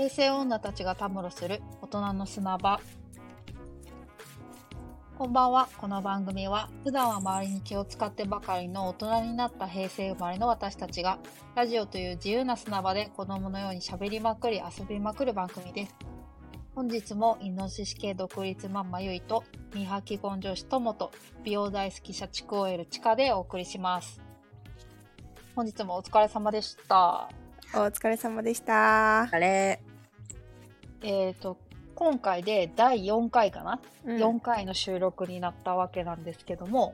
平成女たちがたむろする大人の砂場。こんばんは。この番組は普段は周りに気を使ってばかりの大人になった平成生まれの私たちがラジオという自由な砂場で子供のように喋りまくり遊びまくる番組です。本日もイノシシ系独立ママゆいとミーハー既婚女子ともと美容大好き社畜 OL ちかでお送りします。本日もお疲れ様でした。 お疲れ様でした。 あれ、 今回で第4回かな、4 うん回の収録になったわけなんですけども、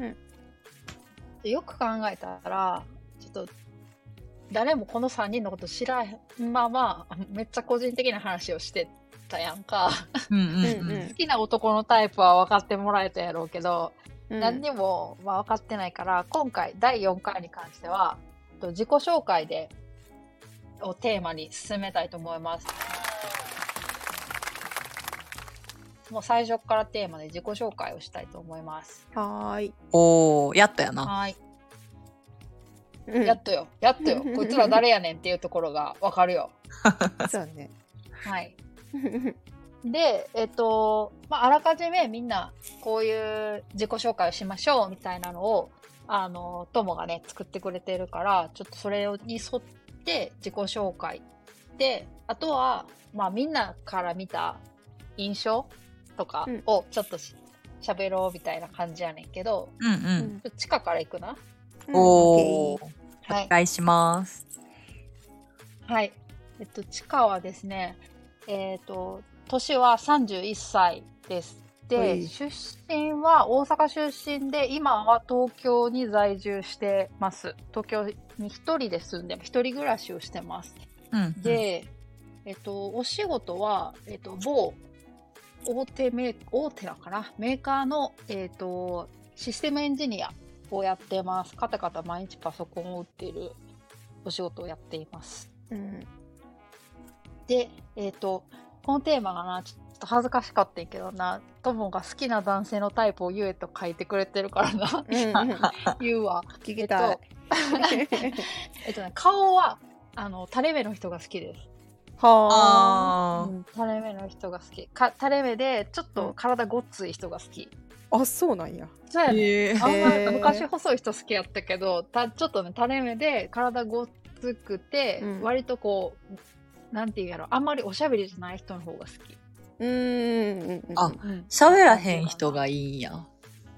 よく考えたらちょっと誰もこの3人のこと知らんままめっちゃ個人的な話をしてたやんか。好きな男のタイプは分かってもらえたやろうけど、何にも、分かってないから、今回第4回に関しては自己紹介をテーマに進めたいと思います。もう最初からテーマで自己紹介をしたいと思います。 はーい。 おー、やったやな。 はい、 うんやっとよこいつら誰やねんっていうところがわかるよ。 そうね。 はいであらかじめみんなこういう自己紹介をしましょうみたいなのを友がね作ってくれてるから、ちょっとそれに沿って自己紹介で、あとはみんなから見た印象とかをちょっと喋ろうみたいな感じやねんけど、地下から行くな。 おー、 はいお願いします。 はい。地下はですね、年は31歳です。で、出身は大阪出身で、今は東京に在住してます。東京に一人で住んで、一人暮らしをしてます。で、お仕事は、某大手なのかな、メーカーの、システムエンジニアをやってます。カタカタ毎日パソコンを打っているお仕事をやっています。で、このテーマがな、ちょっと恥ずかしかったんけどな、友が好きな男性のタイプを言えと書いてくれてるからな、言うわ。 聞きたい。 顔は垂れ目の人が好きです。 は垂れ目の人が好き。垂れ目でちょっと体ごっつい人が好き。 あ、そうなんや。 そうやね。あんま昔細い人好きやったけど、ちょっとね垂れ目で体ごっつくて、割とこうなんていうやろ、あんまりおしゃべりじゃない人の方が好き。 あ、喋らへん人がいいんや。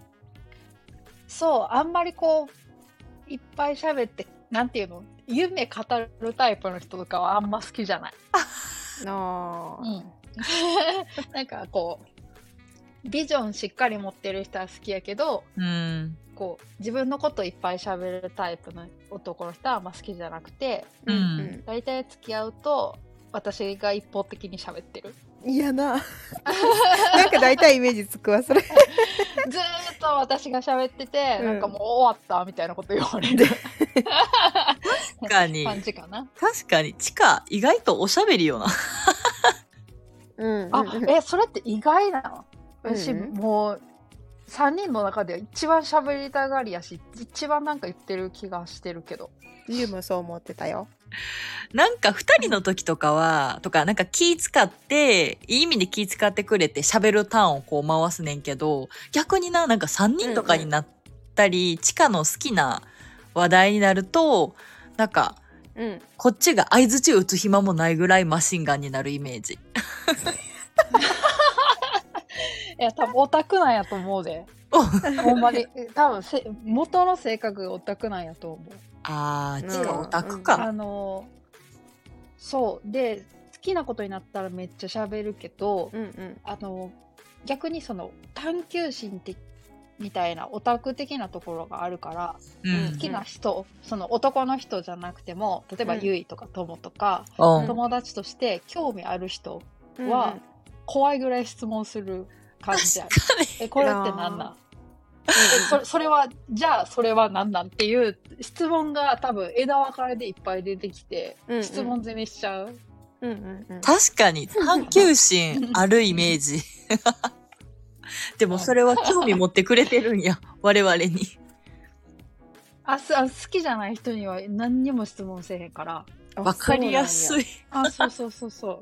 そう、あんまりこういっぱい喋ってなんていうの、夢語るタイプの人とかはあんま好きじゃない。なんかこうビジョンしっかり持ってる人は好きやけど、こう自分のこといっぱい喋るタイプの男の人はあんま好きじゃなくて、大体付き合うと私が一方的に喋ってる。 いやな。なんか大体イメージつくわそれ。 ずーっと私が喋ってて、なんかもう終わったみたいなこと言われる。 確かに。 感じかな。 確かに。ちか意外とおしゃべりよな。 それって意外なの？私もう3人の中では一番喋りたがりやし、一番なんか言ってる気がしてるけど。 ユウもそう思ってたよ。 なんか2人の時とかは、なんか気使って、いい意味で気使ってくれて喋るターンをこう回すねんけど、逆になんか3人とかになったり、チカの好きな話題になると、なんか、こっちが相槌打つ暇もないぐらいマシンガンになるイメージ。 いや、多分オタクなんやと思うで。ほんまに。多分元の性格がオタクなんやと思う。 チカオタクか。 そう。で、好きなことになったらめっちゃ喋るけど、逆にその探求心みたいなオタク的なところがあるから、好きな人、その男の人じゃなくても、例えばゆいとかともとか、友達として興味ある人は怖いぐらい質問する感じある。これって何なん？それはじゃあそれは何なんっていう質問が多分枝分かれでいっぱい出てきて、質問攻めしちゃう。 確かに探求心あるイメージ。でもそれは興味持ってくれてるんや、我々に。 好きじゃない人には何にも質問せえへんから。 あわかりやすい。 あ、そうそうそうそう。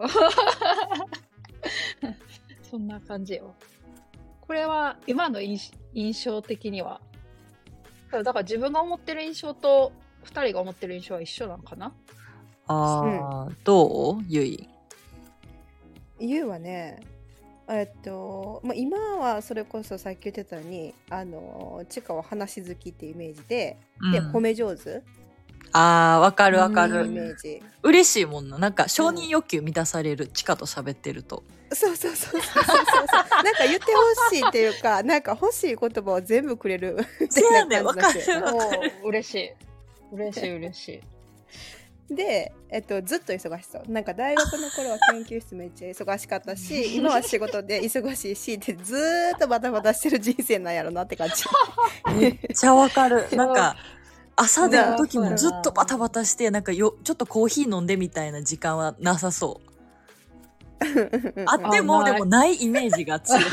そんな感じよ。これは今の印象的には、だから自分が思ってる印象と二人が思ってる印象は一緒なのかな。 ああ、どうゆい。 ゆうはね、まあ、今はそれこそさっき言ってたようにちかは話好きっていうイメージで、でうん褒め上手ああ、わかるわかっていうイる。 メージ。 嬉しいもんな。なんか承認欲求満たされる。チカと喋ってると。 そうそうそうそうそうそうなんか言ってほしいっていうか、なんか欲しい言葉を全部くれるみたそうやいね、わかな感じだしるわかる。 おー嬉しい。嬉しい嬉しい。 で、ずっと忙しそう。なんか大学の頃は研究室めっちゃ忙しかったし今は仕事で忙しいしってずーっとバタバタしてる人生なんやろなって感じ。 めっちゃわかる。 そうなんか、朝出る時もねずっとバタバタして、なんかちょっとコーヒー飲んでみたいな時間はなさそう。あっても、 ないでもないイメージが強い。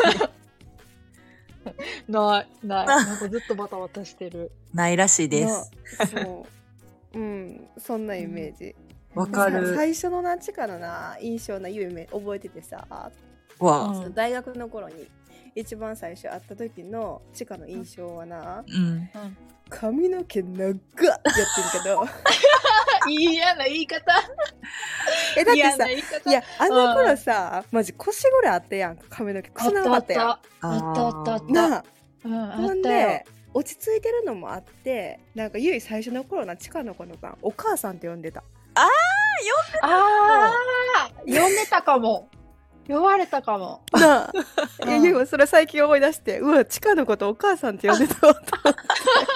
ない。なんかずっとバタバタしてる。 ないらしいです。 そうそんなイメージ。 わかる。 最初のちかの印象な夢覚えててさ、 わ、 うん大学の頃に一番最初会った時のちかの印象はうん。 髪の毛長っやってんけど嫌な言い方。 だって嫌なさ、 言い方。 いやあの頃さマジ腰ぐらいあったやんか、髪の毛あっ長かったやんたあった。 なあ。 あほんったよで。落ち着いてるのもあって、なんかゆい最初の頃ちかの子のお母さんって呼んでた。 ああ、読んでたかも。読まれたかも。 なあうんゆいもそれ最近思い出して、うわちかのことお母さんって呼んでたわと思って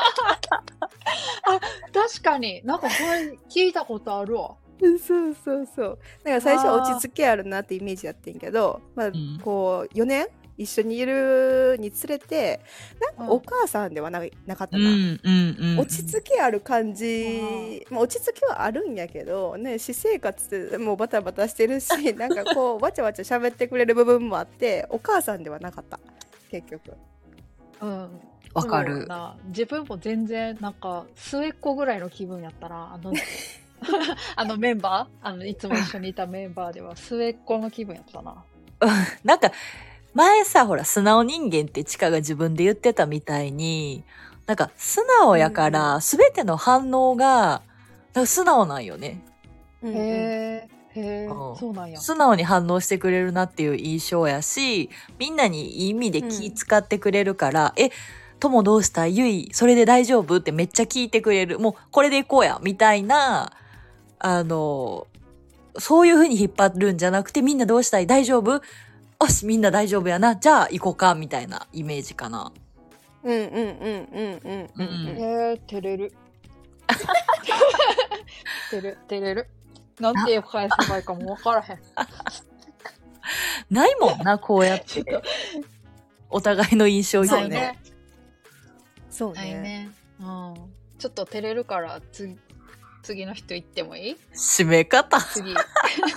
確かに、なんかこれ聞いたことあるわ。 そうそうそう。だから最初は落ち着きあるなってイメージやってんけど、まあんこう4年一緒にいるにつれて、なんかお母さんではなかったな。落ち着きある感じ、まあ、落ち着きはあるんやけどね、私生活もバタバタしてるしなんかこうわちゃわちゃ喋ってくれる部分もあって、お母さんではなかった結局。 うん。 わかるそうな。自分も全然、なんか、末っ子ぐらいの気分やったな。あのメンバーいつも一緒にいたメンバーでは末っ子の気分やったな。 なんか、前さ、ほら、素直人間ってチカが自分で言ってたみたいに、なんか、素直やから、すべての反応が、なんか素直なんよね。 うんうんへえ、 うんそうなんや。 素直に反応してくれるなっていう印象やし、みんなにいい意味で気使ってくれるから、友どうしたゆい、それで大丈夫ってめっちゃ聞いてくれる。もう、これで行こうや、みたいな、そういう風に引っ張るんじゃなくて、みんなどうしたい大丈夫よし、みんな大丈夫やな。じゃあ行こうか、みたいなイメージかな。 うんうんうんうんうんうん照れる。照れる。なんて返せばいいかもわからへん。 ないもんな、こうやってちょっと。 お互いの印象そうねないね。 そうないね。 ね。ちょっと照れるから、次の人行ってもいい？ 締め方。 次。ちょっ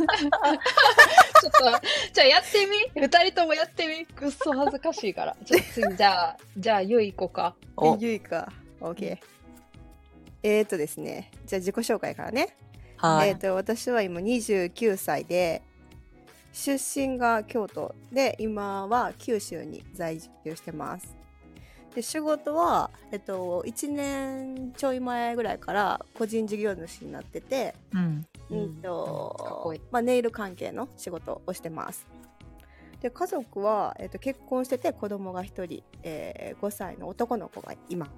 と、じゃあやってみ？二人ともやってみ？くっそ恥ずかしいから。ちょっと次、じゃあ、ゆい行こうか。 おゆいか OK。ですね、じゃあ自己紹介からね。 はい。 私は今29歳で、出身が京都で今は九州に在住してます。で仕事は、1年ちょい前ぐらいから個人事業主になってて、 うん。 かっこいい。 まあ、ネイル関係の仕事をしてます。で家族は、結婚してて子供が1人、5歳の男の子がいます。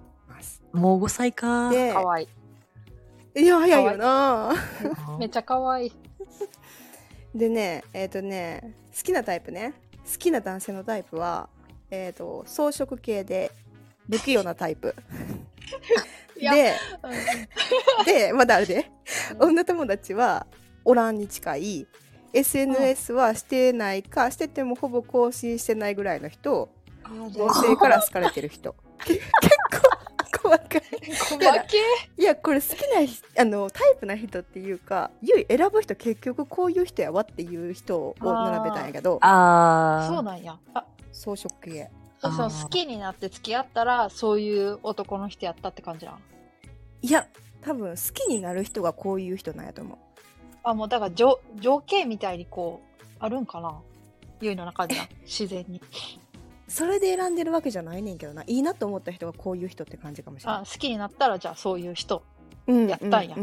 もう5歳か。 でかわいい。 いや早いよな。 めっちゃかわいい。 でね好きなタイプね、好きな男性のタイプは、草食系で不器用なタイプいやでまだあるで、女友達はオランに近い、 SNS はしてないかしててもほぼ更新してないぐらいの人、女性から好かれてる人結構細かい。 細けいやこれ好きなタイプな人っていうか、ゆい選ぶ人結局こういう人やわっていう人を並べたんやけど、 そうあー。 なんや。 草食系。 その好きになって付き合ったらそういう男の人やったって感じなん？ いや多分好きになる人がこういう人なんやと思もうだから情景みたいにこう、あるんかなゆいの中では、自然に。 それで選んでるわけじゃないねんけどな。いいなと思った人がこういう人って感じかもしれない。 好きになったら、じゃあそういう人やったんや。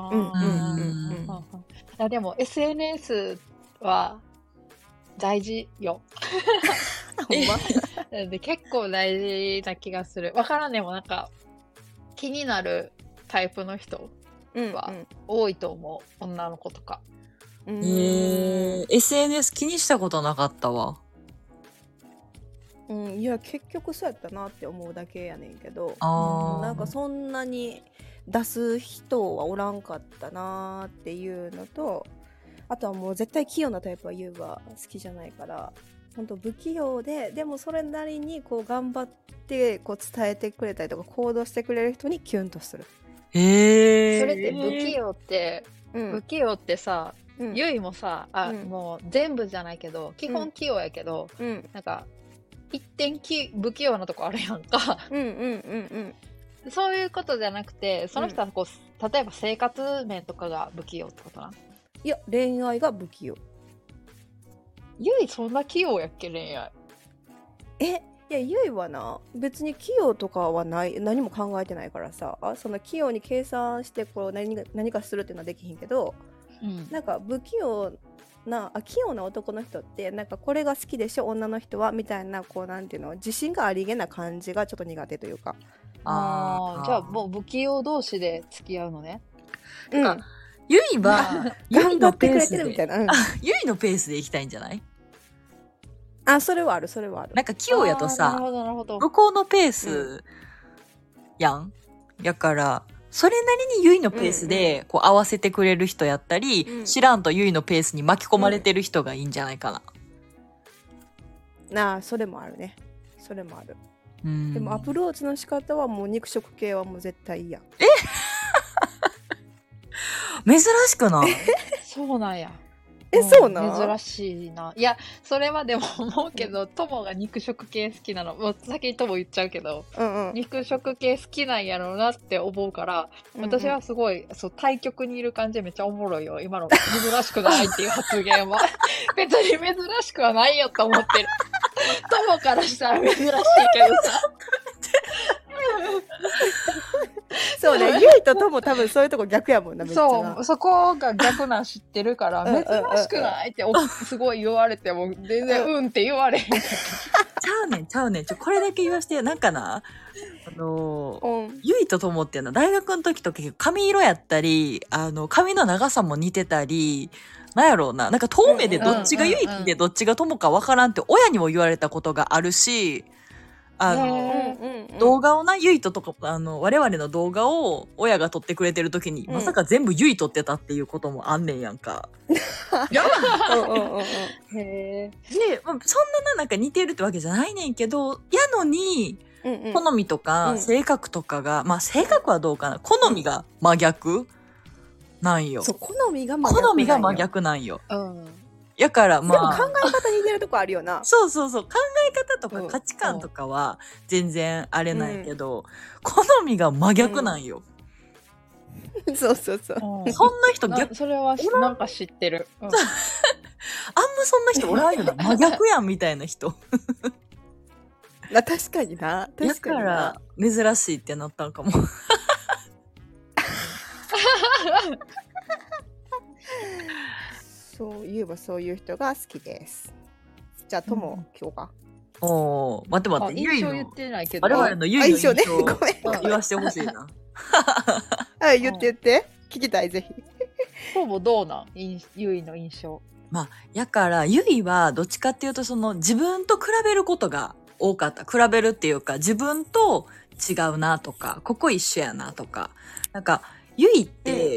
でも SNS は大事よ。 ほんまで結構大事な気がする。わからんでもなんか気になるタイプの人は多いと思う。女の子とか。 SNS 気にしたことなかったわ。 いや結局そうやったなって思うだけやねんけど、なんかそんなに出す人はおらんかったなっていうのと、あとはもう絶対器用なタイプはユーは好きじゃないから、本当不器用でもそれなりにこう頑張ってこう伝えてくれたりとか行動してくれる人にキュンとする。 それって不器用ってさ、ゆいもさ、もう全部じゃないけど基本器用やけど、なんか一点不器用なとこあるやんか。そういうことじゃなくて、その人はこう、例えば生活面とかが不器用ってことな。 いや恋愛が不器用。 ゆいそんな器用やっけ恋愛。 いやゆいはな別に器用とかはない、何も考えてないからさ、その器用に計算してこう何かするっていうのはできひんけど、なんか器用な男の人ってなんかこれが好きでしょ女の人はみたいな、こうなんていうの、自信がありげな感じがちょっと苦手というか。 じゃあもう不器用同士で付き合うのね。 ゆいは頑張ってくれてるみたいな。 ゆいのペースでいきたいんじゃない？ それはある。 なんか器用やとさ、向こうのペースやん。やからそれなりにゆいのペースでこう合わせてくれる人やったり、知らんとゆいのペースに巻き込まれてる人がいいんじゃないかな。 それもあるね。それもある。でもアプローチの仕方はもう肉食系はもう絶対嫌。 珍しくない？ そうなんや。 そうな珍しいな。いやそれはでも思うけど、友が肉食系好きなの、もう先に友言っちゃうけど、肉食系好きなんやろうなって思うから、私はすごい対極にいる感じでめっちゃおもろいよ今の珍しくないっていう発言は。別に珍しくはないよと思ってる。友からしたら珍しいけどさ。 そうね、ゆいととも多分そういうとこ逆やもんな。めっちゃな。 そこが逆なん知ってるから珍しくないってすごい言われても全然って言われへん。ちゃうねんこれだけ言わしてなんかな、ゆいとともっていうのは大学の時と結構髪色やったり髪の長さも似てたり、なんやろうな、なんか遠目でどっちがゆいでどっちがともかわからんって親にも言われたことがあるし、動画をな、ゆいとか我々の動画を親が撮ってくれてる時に、まさか全部ゆい撮ってたっていうこともあんねんやんか。で、そんななんか似てるってわけじゃないねんけど、やのに好みとか性格とかが、性格はどうかな、好みが真逆なんよ。 そう、好みが真逆なんよ。やからでも考え方似てるとこあるよな。 そう考え方とか価値観とかは全然あれないけど、好みが真逆なんよ。 そうそんな人それはなんか知ってる。 あんまそんな人おらんよな。真逆やんみたいな人。 確かにな。 だから珍しいってなったんかも。 そういえばそういう人が好きです。じゃあ友今日か。 待って、 印象言ってないけど、 我々のゆいの印象言わしてほしいな。 言って聞きたい、ぜひ。 友どうなんゆいの印象。 やからゆいはどっちかっていうと自分と比べることが多かった。比べるっていうか自分と違うなとか、ここ一緒やなとか、なんかゆいって、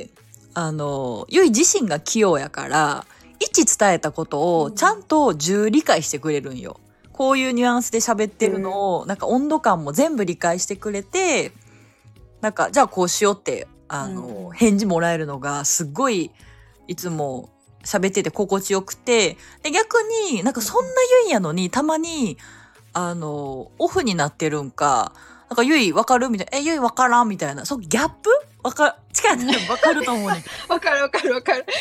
ゆい自身が器用やから1伝えたことをちゃんと10理解してくれるんよ。こういうニュアンスで喋ってるのを、なんか温度感も全部理解してくれて、なんかじゃあこうしようって返事もらえるのがすっごいいつも喋ってて心地よくて、で逆になんかそんなゆいやのにたまにオフになってるんか、 なんかゆいわかるみたいな。ゆいわからんみたいな。そのギャップ近いわかると思うね。 わかる。 わかるわかる。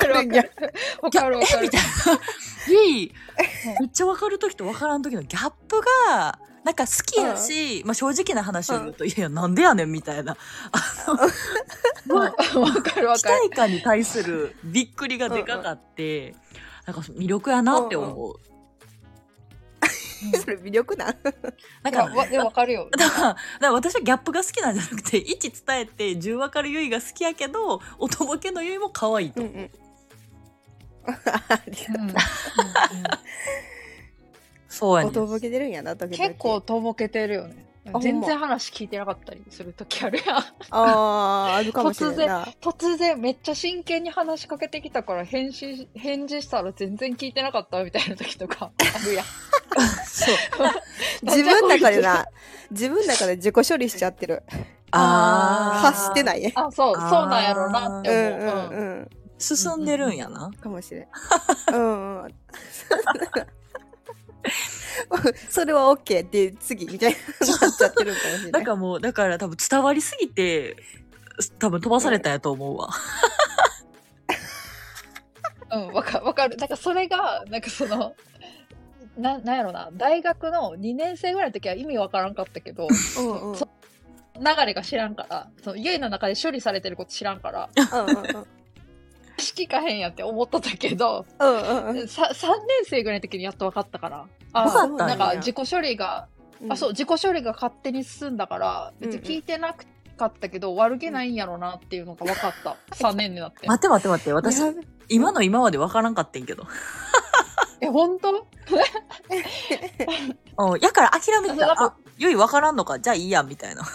みたいな。ゆい、めっちゃわかるときとわからんときのギャップが、なんか好きやし、まあ正直な話を言うと、いやなんでやねんみたいな。 わかる。 期待感に対するびっくりがでかかって、なんか魅力やなって思う。 それ魅力なんなんかわかるよ。 だから私はギャップが好きなんじゃなくて、1伝えて10分かるゆいが好きやけど、おとぼけのゆいも可愛いと。 ありがとう。 そうやね。 おとぼけてるんやな、時々。 結構とぼけてるよね。全然話聞いてなかったりするときあるやん。 あるかもしれないな。 突然めっちゃ真剣に話しかけてきたから返事したら全然聞いてなかったみたいな時とかあるやん。 そう。 自分の中で自己処理しちゃってる。発してないね。 そうなんやろうなって思う。 進んでるんやな。 かもしれん。それは OK で次みたいになっちゃってるかもしれない。 なんかもうだから多分伝わりすぎて多分飛ばされたんやと思うわ。 わかる。なんかそれがなんかそのなんやろな、大学の2年生ぐらいの時は意味わからんかったけど、そ流れが知らんから、その家の中で処理されてること知らんから。聞かへんやって思っとったけど、3年生ぐらいの時にやっと分かったから、なんか自己処理が勝手に進んだから、別に聞いてなかったけど、悪気ないんやろなっていうのが分かった。3年になって。 待って、私今まで分からんかってんけど。 本当？ やから諦めた。ゆい分からんのか、じゃあいいやみたいな。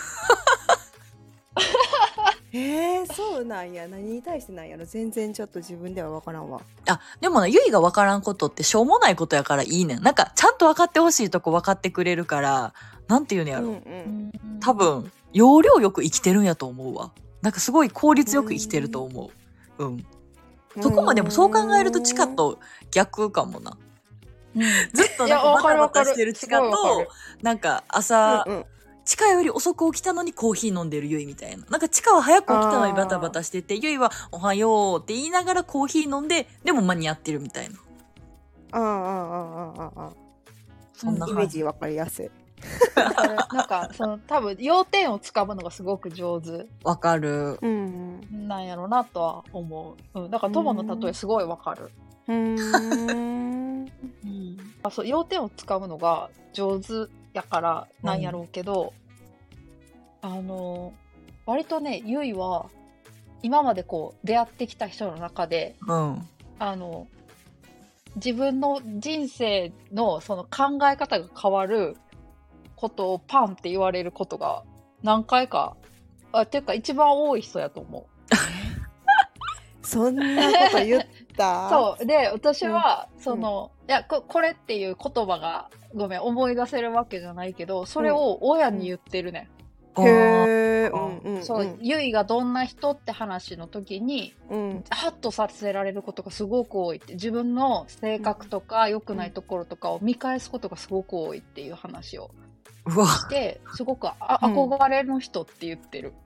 そうなんや。何に対してなんやろ。全然ちょっと自分では分からんわ。 でもな、ゆいが分からんことってしょうもないことやからいいねん。なんかちゃんと分かってほしいとこ分かってくれるから、なんていうのやろ。多分要領よく生きてるんやと思うわ。なんかすごい効率よく生きてると思う。そこまでもそう考えるとチカと逆かもな。ずっとなんかバタバタしてるチカと、なんか朝、チカより遅く起きたのにコーヒー飲んでるゆいみたいな。なんかチカは早く起きたのにバタバタしてて、ゆいはおはようって言いながらコーヒー飲んで、でも間に合ってるみたいな。そんなイメージ分かりやすい。 なんかその多分要点をつかむのがすごく上手。 わかる。 なんやろなとは思う。だから友の例えすごいわかる。そう要点をつかむのが上手やからなんやろうけど、割とね、ゆいは今までこう出会ってきた人の中で、自分の人生のその考え方が変わることをパンって言われることが何回か、っていうか一番多い人やと思う。 そんなこと言ったそうで、私はその、いやこれっていう言葉がごめん思い出せるわけじゃないけど、それを親に言ってるね。そう、ゆいがどんな人って話の時に、ハッとさせられることがすごく多いって、自分の性格とか良くないところとかを見返すことがすごく多いっていう話をして、すごく憧れの人って言ってる。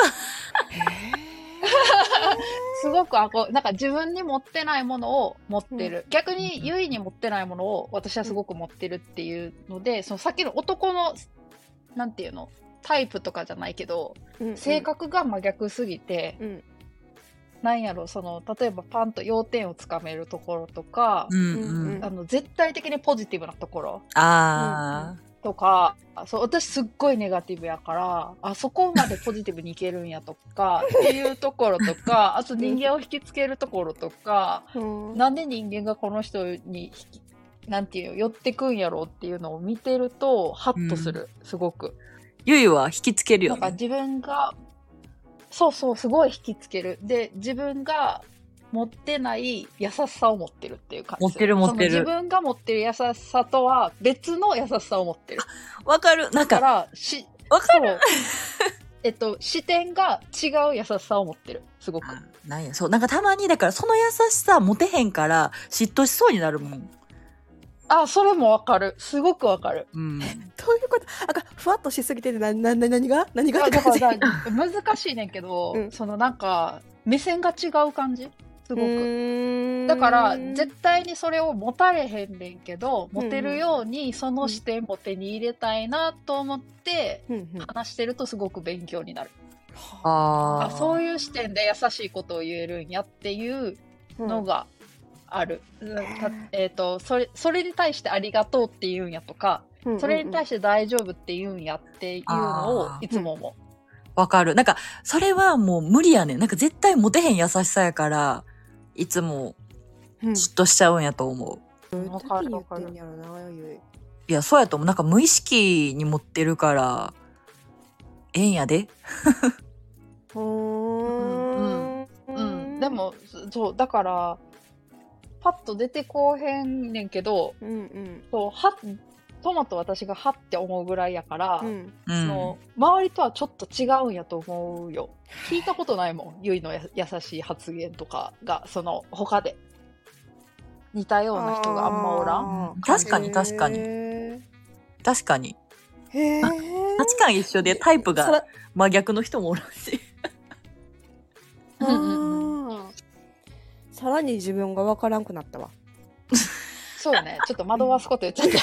すごくなんか自分に持ってないものを持ってる、逆にゆいに持ってないものを私はすごく持ってるっていうので、そのさっきの男のなんていうのタイプとかじゃないけど、性格が真逆すぎて、なんやろ、その例えばパンと要点をつかめるところとか、絶対的にポジティブなところとか、そう私すっごいネガティブやから、あそこまでポジティブにいけるんやとかっていうところとか、あと人間を引きつけるところとか、なんで人間がこの人になんていう寄ってくんやろうっていうのを見てるとハッとする、すごく。 ゆいは引きつけるよね。 なんか自分がそうすごい引きつける。で自分が持ってない優しさを持ってるっていう感じ。 持ってる。 自分が持ってる優しさとは別の優しさを持ってる。 わかる。なんかだからわかる。 視点が違う優しさを持ってる。すごく。 なんや、そう、なんかたまにだからその優しさ持てへんから嫉妬しそうになるもん。 あ、それもわかる。すごくわかる。 うん。 どういうこと？ふわっとしすぎてて、何がだから難しいねんけど、そのなんか、目線が違う感じすごく。だから、絶対にそれを持たれへんねんけど、持てるように、その視点も手に入れたいなと思って、話してるとすごく勉強になる。そういう視点で優しいことを言えるんやっていうのがある。それに対してありがとうって言うんやとか、それに対して大丈夫って言うんやっていうのをいつも思う。 わかる。なんか、それはもう無理やねん。なんか絶対モテへん優しさやから、いつも嫉妬しちゃうんやと思う。 わかる。 いや、そうやと思う。なんか無意識に持ってるから、ええんやで。 でも、そう、だから、パッと出てこうへんねんけど、そう、トマト私がはって思うぐらいやから、その周りとはちょっと違うんやと思うよ。聞いたことないもん、ゆいの優しい発言とかが、その他で似たような人があんまおらん。 確かに。確かに一緒でタイプが真逆の人もおらんし。 さらに自分が分からんくなったわ。 そうね、ちょっと惑わすこと言っちゃった。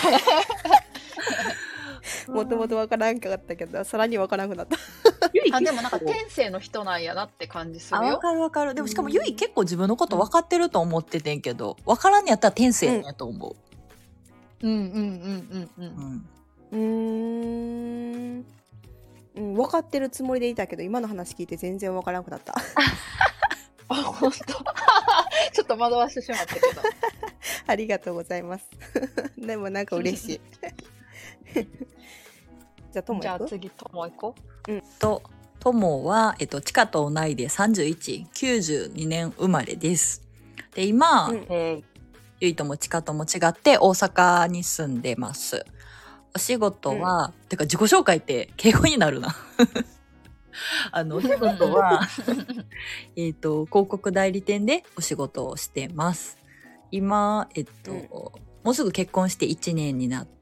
もともと分からんかったけど、さらに分からんくなった。 でもなんか天性の人なんやなって感じするよ。 わかる。でもしかもゆい結構自分のこと分かってると思っててんけど、分からんやったら天性やと思う。 分かってるつもりでいたけど、今の話聞いて全然分からなくなった。 本当ちょっと惑わしてしまったけど。 ありがとうございます。でもなんか嬉しい。じゃあ次とも行こう。ともはちかと同いで92年生まれです。で今、ゆいともちかとも違って大阪に住んでます。お仕事は、てか自己紹介って敬語になるな。お仕事は広告代理店でお仕事をしてます。今もうすぐ結婚して1年になって、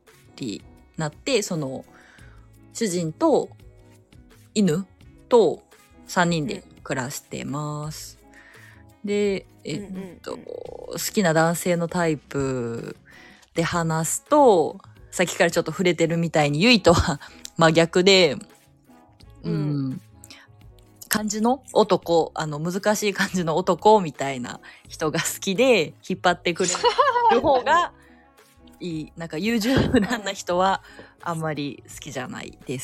その主人と犬と3人で暮らしてます。で好きな男性のタイプで話すと、さっきからちょっと触れてるみたいにゆいとは真逆で、感じの男、難しい感じの男みたいな人が好きで引っ張ってくれる方がいい。なんか優柔不断な人はあんまり好きじゃないです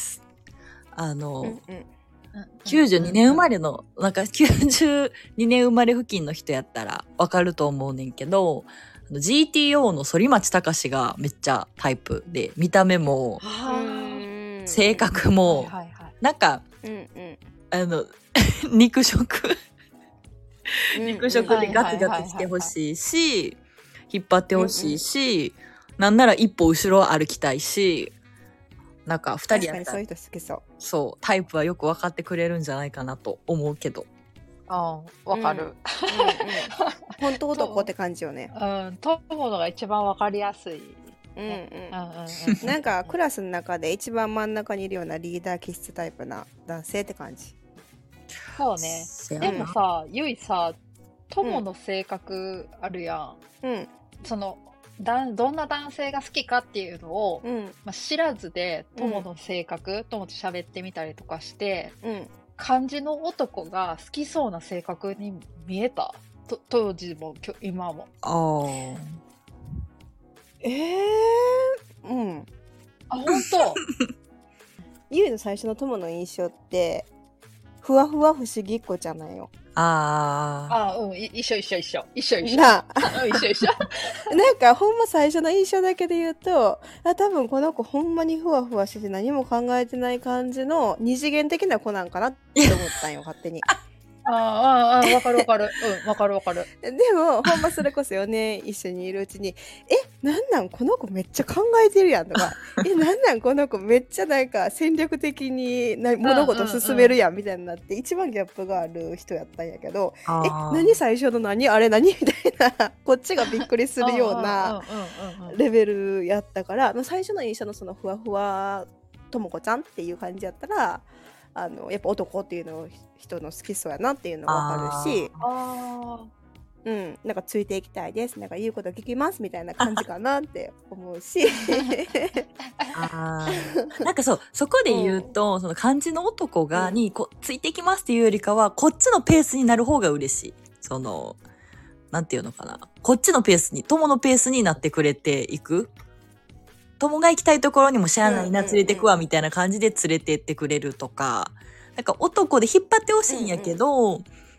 。92年生まれの、なんか92年生まれ付近の人やったらわかると思うねんけど、GTO の反町隆史がめっちゃタイプで、見た目も性格もなんか肉食でガツガツしてほしいし、引っ張ってほしいし、なんなら一歩後ろ歩きたいし、なんか2人やったらそういう人好きそう。 そうタイプはよく分かってくれるんじゃないかなと思うけど。 わかる。 本当男って感じよね。 とものが一番分かりやすい。 なんかクラスの中で一番真ん中にいるようなリーダー気質タイプな男性って感じ。 そうね。でもさ、ゆいさ、ともの性格あるやん。そのどんな男性が好きかっていうのを、知らずでともの性格、ともと喋ってみたりとかして、感じの男が好きそうな性格に見えた。当時も今も。本当。 ゆいの最初の友の印象ってふわふわ不思議っ子ちゃんなんよ。 一緒。 な一緒。 なんかほんま最初の印象だけで言うと、多分この子ほんまにふわふわしてて何も考えてない感じの二次元的な子なんかなって思ったんよ勝手に。 わかるわかる。うん、わかるわかる。 でもほんまそれこそ4年一緒にいるうちになんこの子めっちゃ考えてるやんとかなんこの子めっちゃなんか戦略的に物事進めるやんみたいになって一番ギャップがある人やったんやけど何最初の何あれ何みたいなこっちがびっくりするようなレベルやったから最初の印象のそのふわふわともこちゃんっていう感じやったらやっぱ男っていうの人の好きそうやなっていうの分かるしなんかついていきたいですなんか言うこと聞きますみたいな感じかなって思うしなんかそこで言うと、その漢字の男がについていきますっていうよりかはこっちのペースになる方が嬉しい。そのなんていうのかな、こっちのペースに友のペースになってくれていく。友が行きたいところにもしゃあないな連れてくわみたいな感じで連れてってくれるとか、なんか男で引っ張ってほしいんやけど、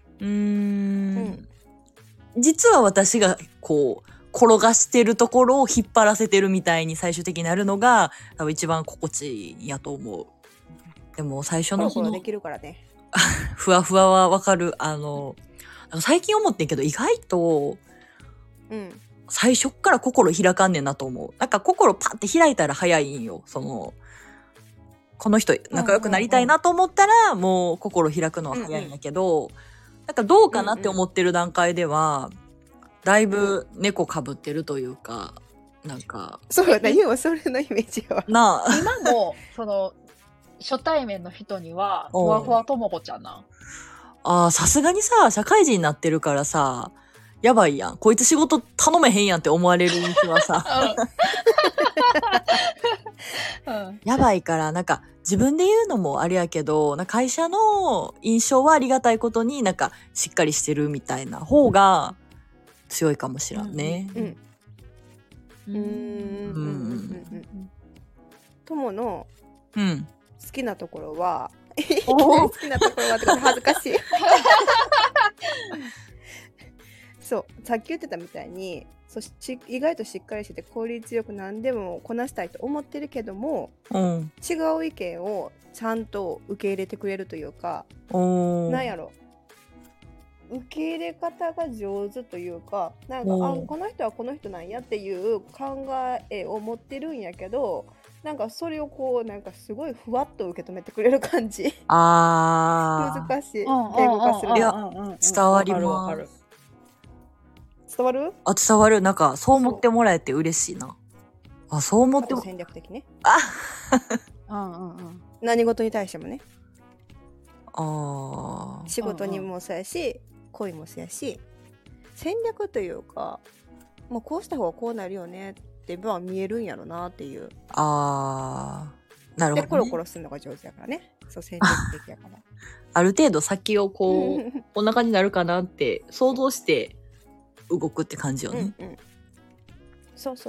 実は私がこう転がしてるところを引っ張らせてるみたいに最終的になるのが多分一番心地いいやと思う。でも最初のコロコロできるからねふわふわはわかる。最近思ってんけど意外と、最初っから心開かんねんなと思う。なんか心パッて開いたら早いんよ。この人仲良くなりたいなと思ったら、もう心開くのは早いんやけど、なんかどうかなって思ってる段階では、だいぶ猫かぶってるというか、なんか。 そうだ、今それのイメージは。 今も、初対面の人には、ふわふわともこちゃんな。 さすがにさ、社会人になってるからさ、やばいやん。こいつ仕事頼めへんやんって思われる人はさ。やばいから、なんか自分で言うのもあれやけど、会社の印象はありがたいことになんかしっかりしてるみたいな方が強いかもしらんね。 友の好きなところは、 好きなところはって恥ずかしい。そうさっき言ってたみたいに意外としっかりしてて効率よく何でもこなしたいと思ってるけども、違う意見をちゃんと受け入れてくれるというか、なんやろ受け入れ方が上手というか、なんかこの人はこの人なんやっていう考えを持ってるんやけど、なんかそれをこうなんかすごいふわっと受け止めてくれる感じ。難しい言語化する。 いや伝わります。 伝わる？ 伝わる。なんかそう思ってもらえて嬉しいな。そう思っても戦略的ね。 何事に対してもね。 仕事にもそうやし、恋もそうやし、戦略というか、もうこうした方がこうなるよねって見えるんやろなっていう。 なるほど、ね。 でコロコロするのが上手やからね。そう戦略的やから。 ある程度先をこうこんな感じになるかなって想像して動くって感じよね。 そう。い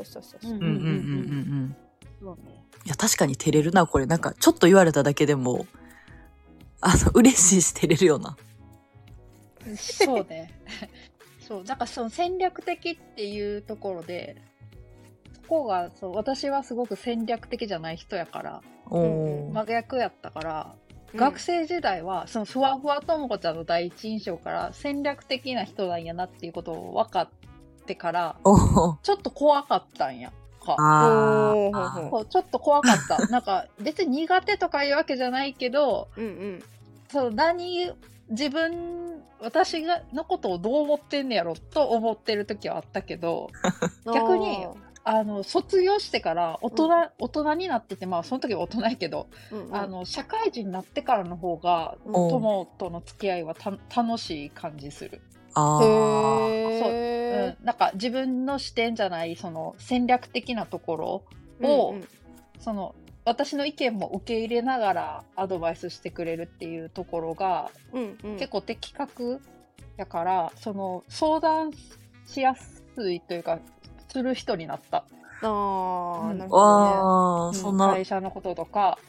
や確かに照れるなこれ。なんかちょっと言われただけでも嬉しいし照れるよな。 そうね。そうだからその戦略的っていうところで、そこが私はすごく戦略的じゃない人やから、真逆やったから。学生時代はそのふわふわともこちゃんの第一印象から戦略的な人なんやなっていうことを分かってからちょっと怖かったんやか。ちょっと怖かった。なんか別に苦手とかいうわけじゃないけど、私のことをどう思ってんねやろと思ってる時はあったけど、逆に卒業してから大人になってて、その時は大人やけど、社会人になってからの方が友との付き合いは楽しい感じする。なんか自分の視点じゃないその戦略的なところを、私の意見も受け入れながらアドバイスしてくれるっていうところが、結構的確やから、相談しやすいというかする人になった。なるほどね。そんな会社のこととか。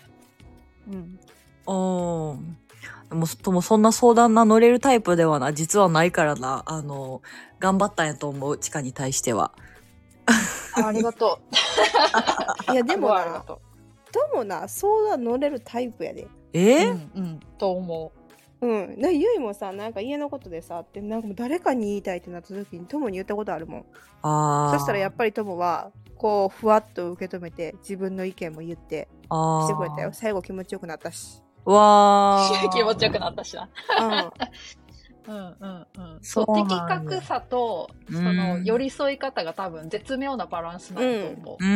でもそんな相談乗れるタイプでは実はないからな。頑張ったんやと思う。チカに対しては。 ありがとう。いやでも相談乗れるタイプやで。 と思う。 ゆいもさ、なんか家のことでさってなんかもう誰かに言いたいってなった時にトモに言ったことあるもん。そしたらやっぱりトモはこうふわっと受け止めて自分の意見も言ってしてくれたよ。最後気持ちよくなったし。 わー。 気持ちよくなったしな。そう、的確さとその寄り添い方が多分絶妙なバランスなんと思う。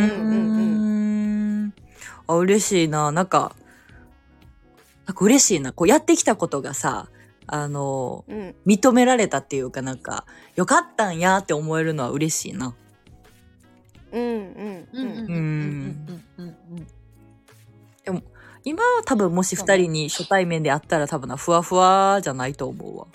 あ、嬉しいな。なんか嬉しいな。こうやってきたことがさ、認められたっていうか、なんかよかったんやって思えるのは嬉しいな。でも今は多分もし2人に初対面で会ったら多分な、ふわふわじゃないと思うわ。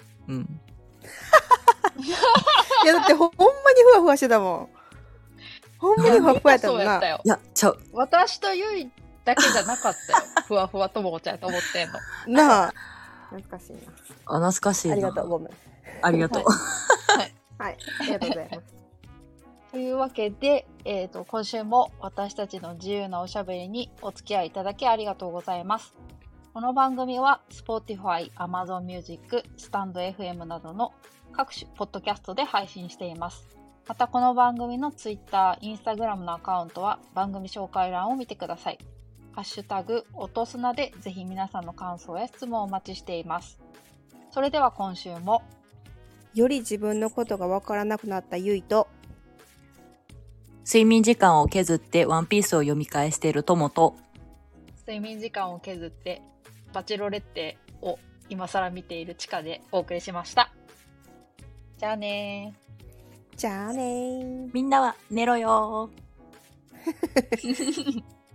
いやだってほんまにふわふわしてたもん。ほんまにふわふわやったもんな。 いや、私とゆいだけじゃなかったよ。ふわふわともこちゃんと思ってんの。 なあ。懐かしいな。 懐かしいな。 ありがとう、ごめん。 ありがとう。 はい。ありがとうございます。 というわけで、今週も私たちの自由なおしゃべりにお付き合いいただきありがとうございます。この番組は Spotify、Amazon Music、Stand FM などの各種ポッドキャストで配信しています。またこの番組の Twitter、Instagram のアカウントは番組紹介欄を見てください。ハッシュタグ音砂でぜひ皆さんの感想や質問をお待ちしています。それでは今週もより自分のことがわからなくなったゆいと睡眠時間を削ってワンピースを読み返している友と睡眠時間を削ってバチェロレッテを今更見ているチカでお送りしました。じゃあねー。 じゃあねー。 みんなは寝ろよー。